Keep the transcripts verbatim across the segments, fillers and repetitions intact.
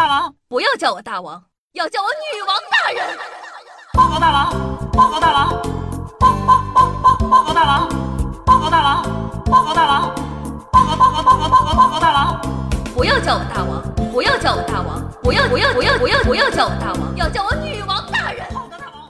大王， 不要叫我大王，要叫我女王大人。 报告大王，报告大王，报报报报报告大王，报告大王，报告大王，报告报告报告报告报告大王。 不要叫我大王，不要叫我大王，不要不要不要不要不要叫我大王，要叫我女王大人。 报告大王。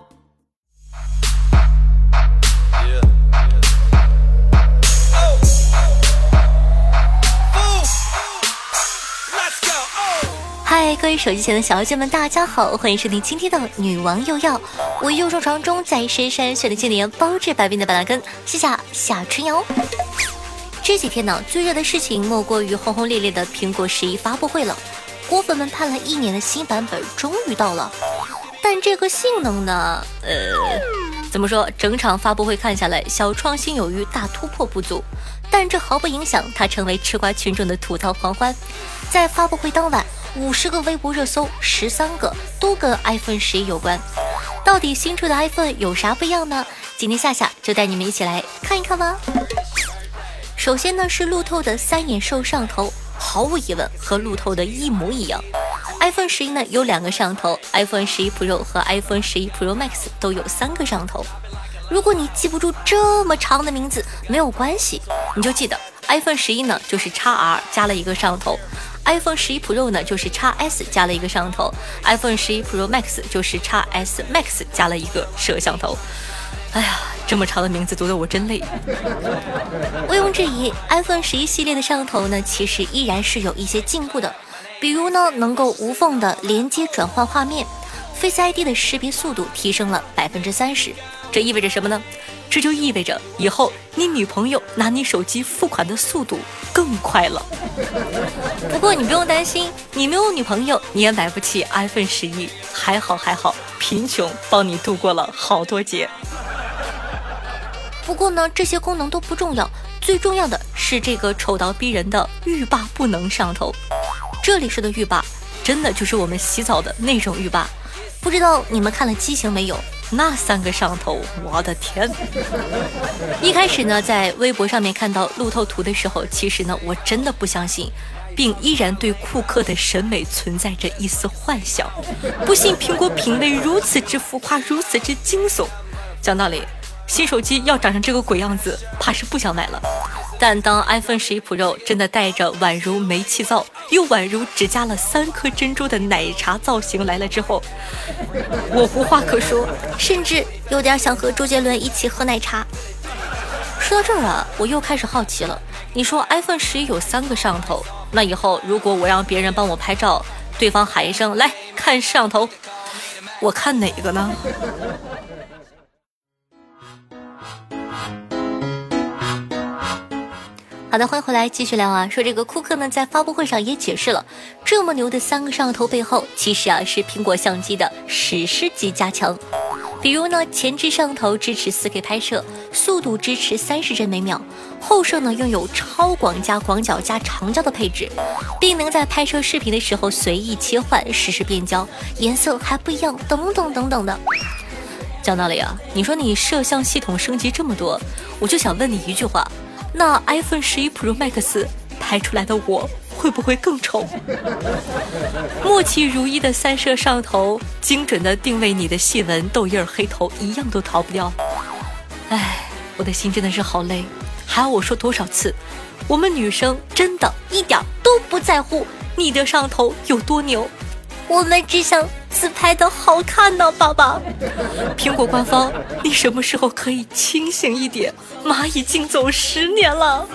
嗨，各位手机前的小妖精们，大家好，欢迎收听今天的女王又要，我右手床中在深山选的千年包治百病的板蓝根，谢谢夏春瑶。这几天呢，最热的事情莫过于轰轰烈烈的苹果十一发布会了，果粉们盼了一年的新版本终于到了，但这个性能呢，呃，怎么说？整场发布会看下来，小创新有余，大突破不足，但这毫不影响它成为吃瓜群众的吐槽狂欢。在发布会当晚，五十个微博热搜，十三个都跟 iPhone 十一有关。到底新出的 iPhone 有啥不一样呢？今天夏夏就带你们一起来看一看吧。首先呢是路透的三眼兽上头，毫无疑问和路透的一模一样。iPhone 十一呢有两个上头 ，iPhone 十一 Pro 和 iPhone 十一 Pro Max 都有三个上头。如果你记不住这么长的名字，没有关系，你就记得 iPhone 十一呢就是 X R 加了一个上头。iPhone 十一 Pro 呢就是 X S 加了一个上头 ，iPhone 十一 Pro Max 就是 X S Max 加了一个摄像头。哎呀，这么长的名字读得我真累。毋庸置疑 ，iPhone 十一系列的上头呢，其实依然是有一些进步的，比如呢能够无缝的连接转换画面 ，Face I D 的识别速度提升了百分之三十。这意味着什么呢？这就意味着以后你女朋友拿你手机付款的速度更快了。不过你不用担心，你没有女朋友，你也买不起 iPhone 十一，还好还好，贫穷帮你度过了好多劫。不过呢，这些功能都不重要，最重要的是这个丑到逼人的浴霸不能上头。这里说的浴霸，真的就是我们洗澡的那种浴霸。不知道你们看了机型没有？那三个上头，我的天！一开始呢，在微博上面看到路透图的时候，其实呢，我真的不相信，并依然对库克的审美存在着一丝幻想。不信苹果品味如此之浮夸，如此之惊悚。讲道理，新手机要长成这个鬼样子，怕是不想买了。但当 iPhone 十一 Pro 真的带着宛如煤气灶又宛如只加了三颗珍珠的奶茶造型来了之后，我无话可说，甚至有点想和周杰伦一起喝奶茶。说到这儿啊，我又开始好奇了。你说 iPhone 十一有三个上头，那以后如果我让别人帮我拍照，对方喊一声来看摄像头，我看哪个呢？好的，欢迎回来，继续聊啊。说这个库克呢，在发布会上也解释了，这么牛的三个上头背后，其实啊是苹果相机的史诗级加强。比如呢，前置上头支持 四K 拍摄，速度支持三十帧每秒，后摄呢拥有超广加广角加长焦的配置，并能在拍摄视频的时候随意切换，实时变焦，颜色还不一样，等等等等的。讲道理啊，你说你摄像系统升级这么多，我就想问你一句话。那 iPhone 十一 Pro Max 拍出来的我会不会更丑？默契如一的三摄上头，精准的定位你的细纹、痘印、黑头，一样都逃不掉。唉，我的心真的是好累。还要我说多少次？我们女生真的一点都不在乎你的上头有多牛，我们只想自拍的好看呢，爸爸。苹果官方，你什么时候可以清醒一点？蚂蚁竞走十年了。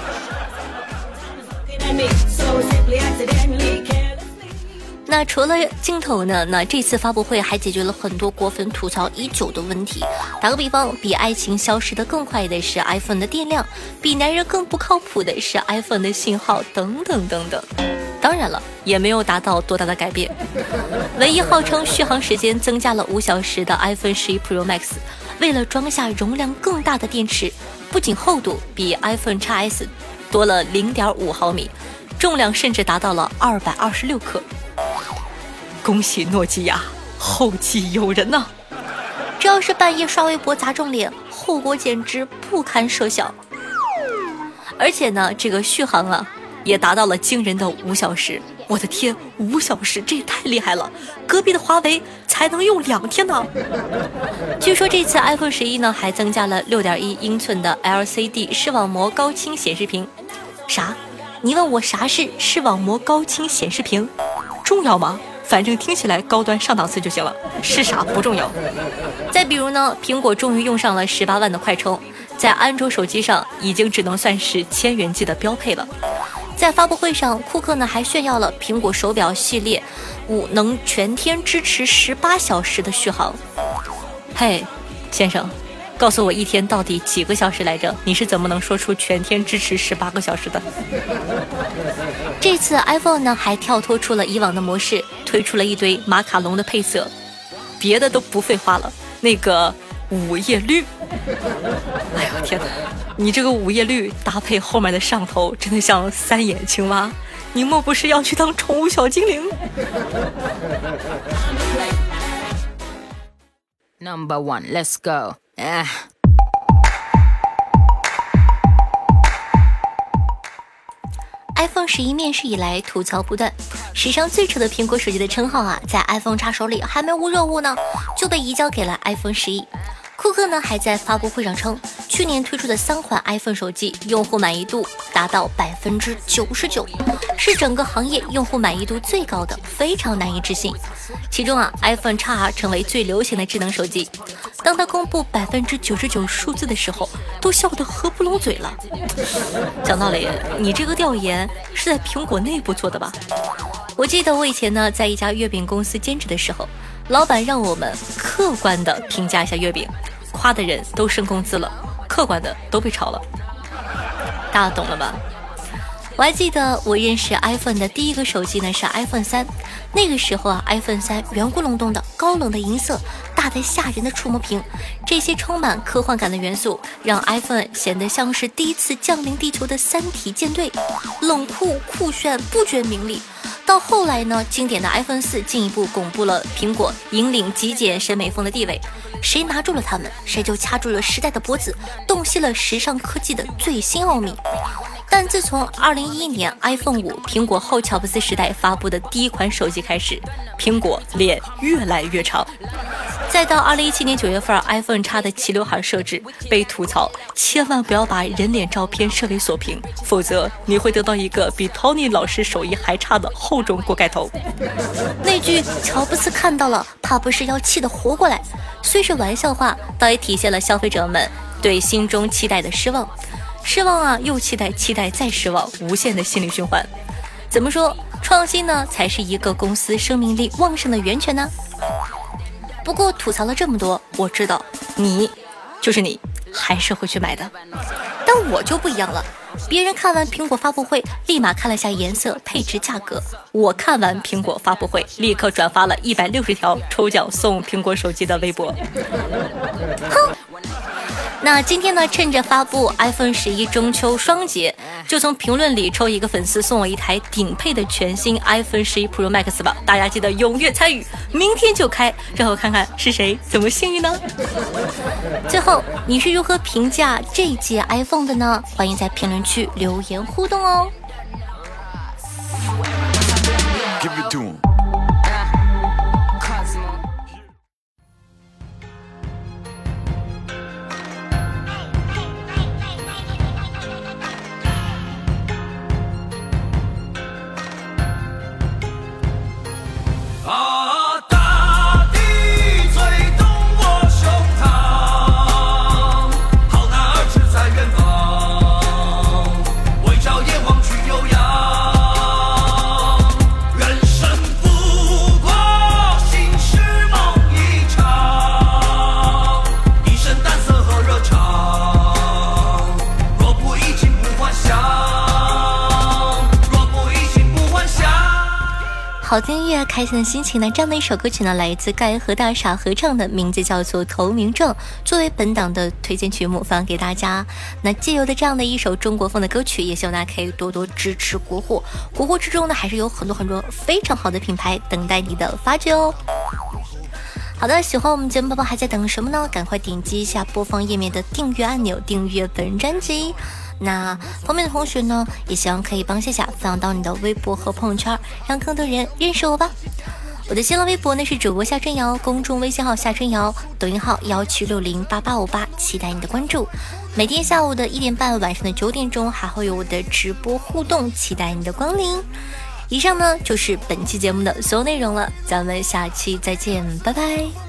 那除了镜头呢？那这次发布会还解决了很多果粉吐槽已久的问题。打个比方，比爱情消失得更快的是 iPhone 的电量，比男人更不靠谱的是 iPhone 的信号，等等等等。当然了，也没有达到多大的改变。唯一号称续航时间增加了五小时的 iPhone 十一 Pro Max， 为了装下容量更大的电池，不仅厚度比 iPhone X S 多了 零点五毫米，重量甚至达到了二百二十六克。恭喜诺基亚，后继有人呐、啊！这要是半夜刷微博砸中脸，后果简直不堪设想。而且呢，这个续航啊，也达到了惊人的五小时， 我的天，五小时，这也太厉害了！隔壁的华为才能用两天呢。据说这次 iPhone 十一呢，还增加了 六点一英寸的 L C D 视网膜高清显示屏。啥？你问我啥是视网膜高清显示屏？重要吗？反正听起来高端上档次就行了，是啥不重要。再比如呢，苹果终于用上了十八万的快充，在安卓手机上已经只能算是千元机的标配了。在发布会上，库克呢还炫耀了苹果手表系列五能全天支持十八小时的续航。嘿，先生，告诉我一天到底几个小时来着？你是怎么能说出全天支持十八个小时的？这次 iPhone 呢还跳脱出了以往的模式，推出了一堆马卡龙的配色，别的都不废话了，那个午夜绿。哎呦天哪，你这个午夜绿搭配后面的上头，真的像三眼青蛙，你莫不是要去当宠物小精灵？ Number one, let's go. Yeah. iPhone 十一面世以来，吐槽不断，史上最丑的苹果手机的称号啊，在 iPhone 叉手里还没无热乎呢，就被移交给了 iPhone 十一。库克呢还在发布会上称，去年推出的三款 iPhone 手机用户满意度达到百分之九十九，是整个行业用户满意度最高的，非常难以置信。其中啊 ，iPhone 叉 R 成为最流行的智能手机。当他公布百分之九十九数字的时候，都笑得合不拢嘴了。讲道理，你这个调研是在苹果内部做的吧？我记得我以前呢在一家月饼公司兼职的时候，老板让我们客观的评价一下月饼，夸的人都升工资了，客观的都被炒了。大家懂了吧？我还记得我认识 iPhone 的第一个手机呢是 iPhone 三，那个时候啊 iPhone 三圆咕隆咚的高冷的银色，大得吓人的触摸屏，这些充满科幻感的元素让 iPhone 显得像是第一次降临地球的三体舰队，冷酷酷炫不绝名利。到后来呢，经典的 iPhone 四进一步巩固了苹果引领极简审美风的地位，谁拿住了它们，谁就掐住了时代的脖子，洞悉了时尚科技的最新奥秘。但自从二零一一年 iPhone 五苹果后乔布斯时代发布的第一款手机开始，苹果脸越来越长。再到二零一七年九月份 iPhone 叉的齐刘海设置被吐槽，千万不要把人脸照片设为锁屏，否则你会得到一个比 Tony 老师手艺还差的厚重锅盖头。那句乔布斯看到了怕不是要气得活过来，虽是玩笑话，倒也体现了消费者们对心中期待的失望。失望啊，又期待，期待再失望，无限的心理循环。怎么说，创新呢才是一个公司生命力旺盛的源泉呢？不过吐槽了这么多，我知道你就是你还是会去买的，但我就不一样了。别人看完苹果发布会立马看了下颜色、配置、价格，我看完苹果发布会立刻转发了一百六十条抽奖送苹果手机的微博。哼。那今天呢，趁着发布 iPhone 十一中秋双节，就从评论里抽一个粉丝送我一台顶配的全新 iPhone 十一 Pro Max 吧，大家记得踊跃参与，明天就开，让我看看是谁这么幸运呢？最后，你是如何评价这一届 iPhone 的呢？欢迎在评论区留言互动哦。Give it to him.好听音乐，开心的心情呢？这样的一首歌曲呢，来自盖和大傻合唱的，名字叫做《投名状》，作为本档的推荐曲目放给大家。那借由的这样的一首中国风的歌曲，也希望大家可以多多支持国货。国货之中呢，还是有很多很多非常好的品牌等待你的发掘哦。好的，喜欢我们节目宝宝还在等什么呢？赶快点击一下播放页面的订阅按钮，订阅本专辑。 那方便的同学呢，也希望可以帮夏夏分享到你的微博和朋友圈，让更多人认识我吧。我的新浪微博呢是主播夏春瑶，公众微信号夏春瑶，抖音号幺七六零八八五八，期待你的关注。每天下午的一点半，晚上的九点钟还会有我的直播互动，期待你的光临。以上呢就是本期节目的所有内容了，咱们下期再见，拜拜。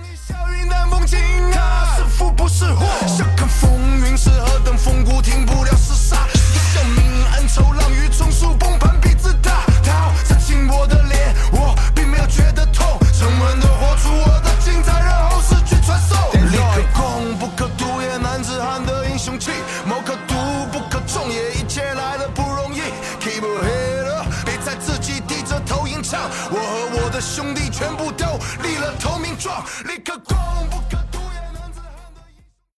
笑看风云是何等风骨，停不了厮杀。一笑泯恩仇，浪与中枢崩盘比自大。他擦清我的脸，我并没有觉得痛，沉稳的活出我的精彩，让后世去传颂。立可攻不可渡，也男子汉的英雄气，谋可独不可众也，一切来的不容易。Keep your head up， 别再自己低着头吟唱，我和我的兄弟全部都立了投名状。立可攻不